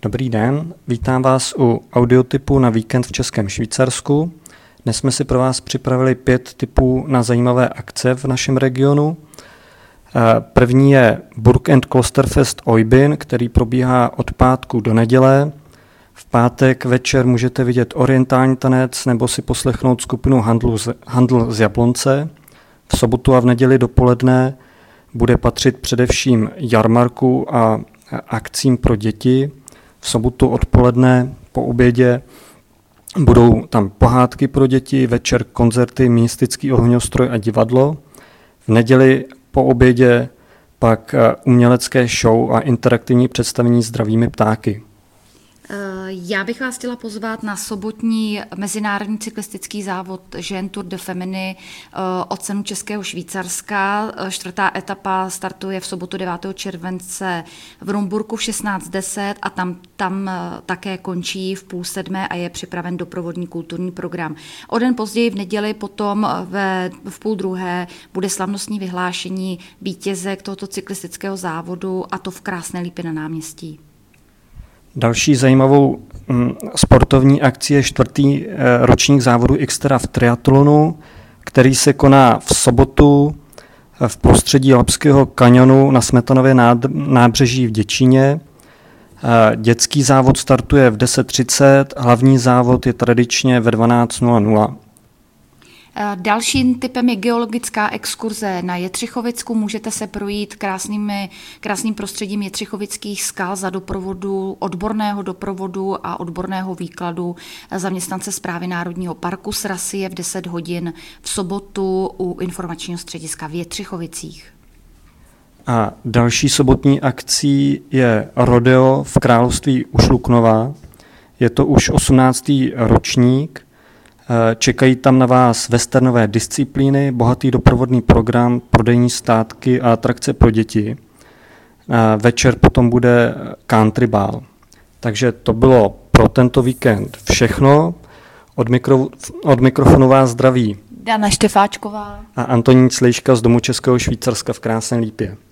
Dobrý den, vítám vás u audiotypu na víkend v Českém Švýcarsku. Dnes jsme si pro vás připravili 5 tipů na zajímavé akce v našem regionu. První je Burg and Klosterfest Oybin, který probíhá od pátku do neděle. V pátek večer můžete vidět orientální tanec nebo si poslechnout skupinu Handl z Jablonce. V sobotu a v neděli dopoledne bude patřit především jarmarku a akcím pro děti. V sobotu odpoledne po obědě budou tam pohádky pro děti, večer koncerty, místický ohňostroj a divadlo. V neděli po obědě pak umělecké show a interaktivní představení zdravými ptáky. Já bych vás chtěla pozvat na sobotní mezinárodní cyklistický závod Žen Tour de Feminy o cenu Českého Švýcarska. 4. etapa startuje v sobotu 9. července v Rumburku v 16:10 a tam také končí v 6:30 a je připraven doprovodný kulturní program. O den později v neděli potom v 12:30 bude slavnostní vyhlášení vítězek tohoto cyklistického závodu, a to v Krásné Lípě na náměstí. Další zajímavou sportovní akcí je 4. ročník závodu Xterra v triatlonu, který se koná v sobotu v prostředí Lapského kanionu na Smetanově nábřeží v Děčíně. Dětský závod startuje v 10:30, hlavní závod je tradičně ve 12:00. Dalším typem je geologická exkurze na Jetřichovicku. Můžete se projít krásným prostředím Jetřichovických skal za odborného doprovodu a odborného výkladu zaměstnance Správy Národního parku s Rasie v 10 hodin v sobotu u informačního střediska v Jetřichovicích. A další sobotní akcí je rodeo v království Ušluknova. Je to už 18. ročník. Čekají tam na vás westernové disciplíny, bohatý doprovodný program, prodejní státky a atrakce pro děti. Večer potom bude country ball. Takže to bylo pro tento víkend všechno. Od mikrofonu vás zdraví Dana Štefáčková a Antonín Slejška z Domu Českého Švýcarska v Krásné Lípě.